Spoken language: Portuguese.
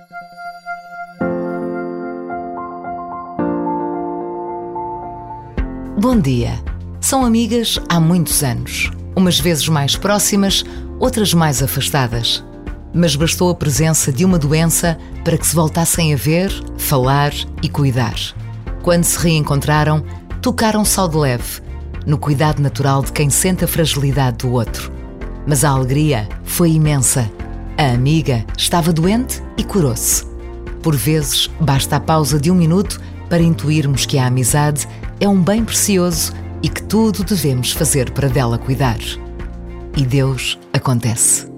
Bom dia. São amigas há muitos anos. Umas vezes mais próximas, outras mais afastadas. Mas bastou a presença de uma doença para que se voltassem a ver, falar e cuidar. Quando se reencontraram, tocaram-se ao de leve, no cuidado natural de quem sente a fragilidade do outro. Mas a alegria foi imensa. A amiga estava doente e curou-se. Por vezes, basta a pausa de 1 minuto para intuirmos que a amizade é um bem precioso e que tudo devemos fazer para dela cuidar. E Deus acontece.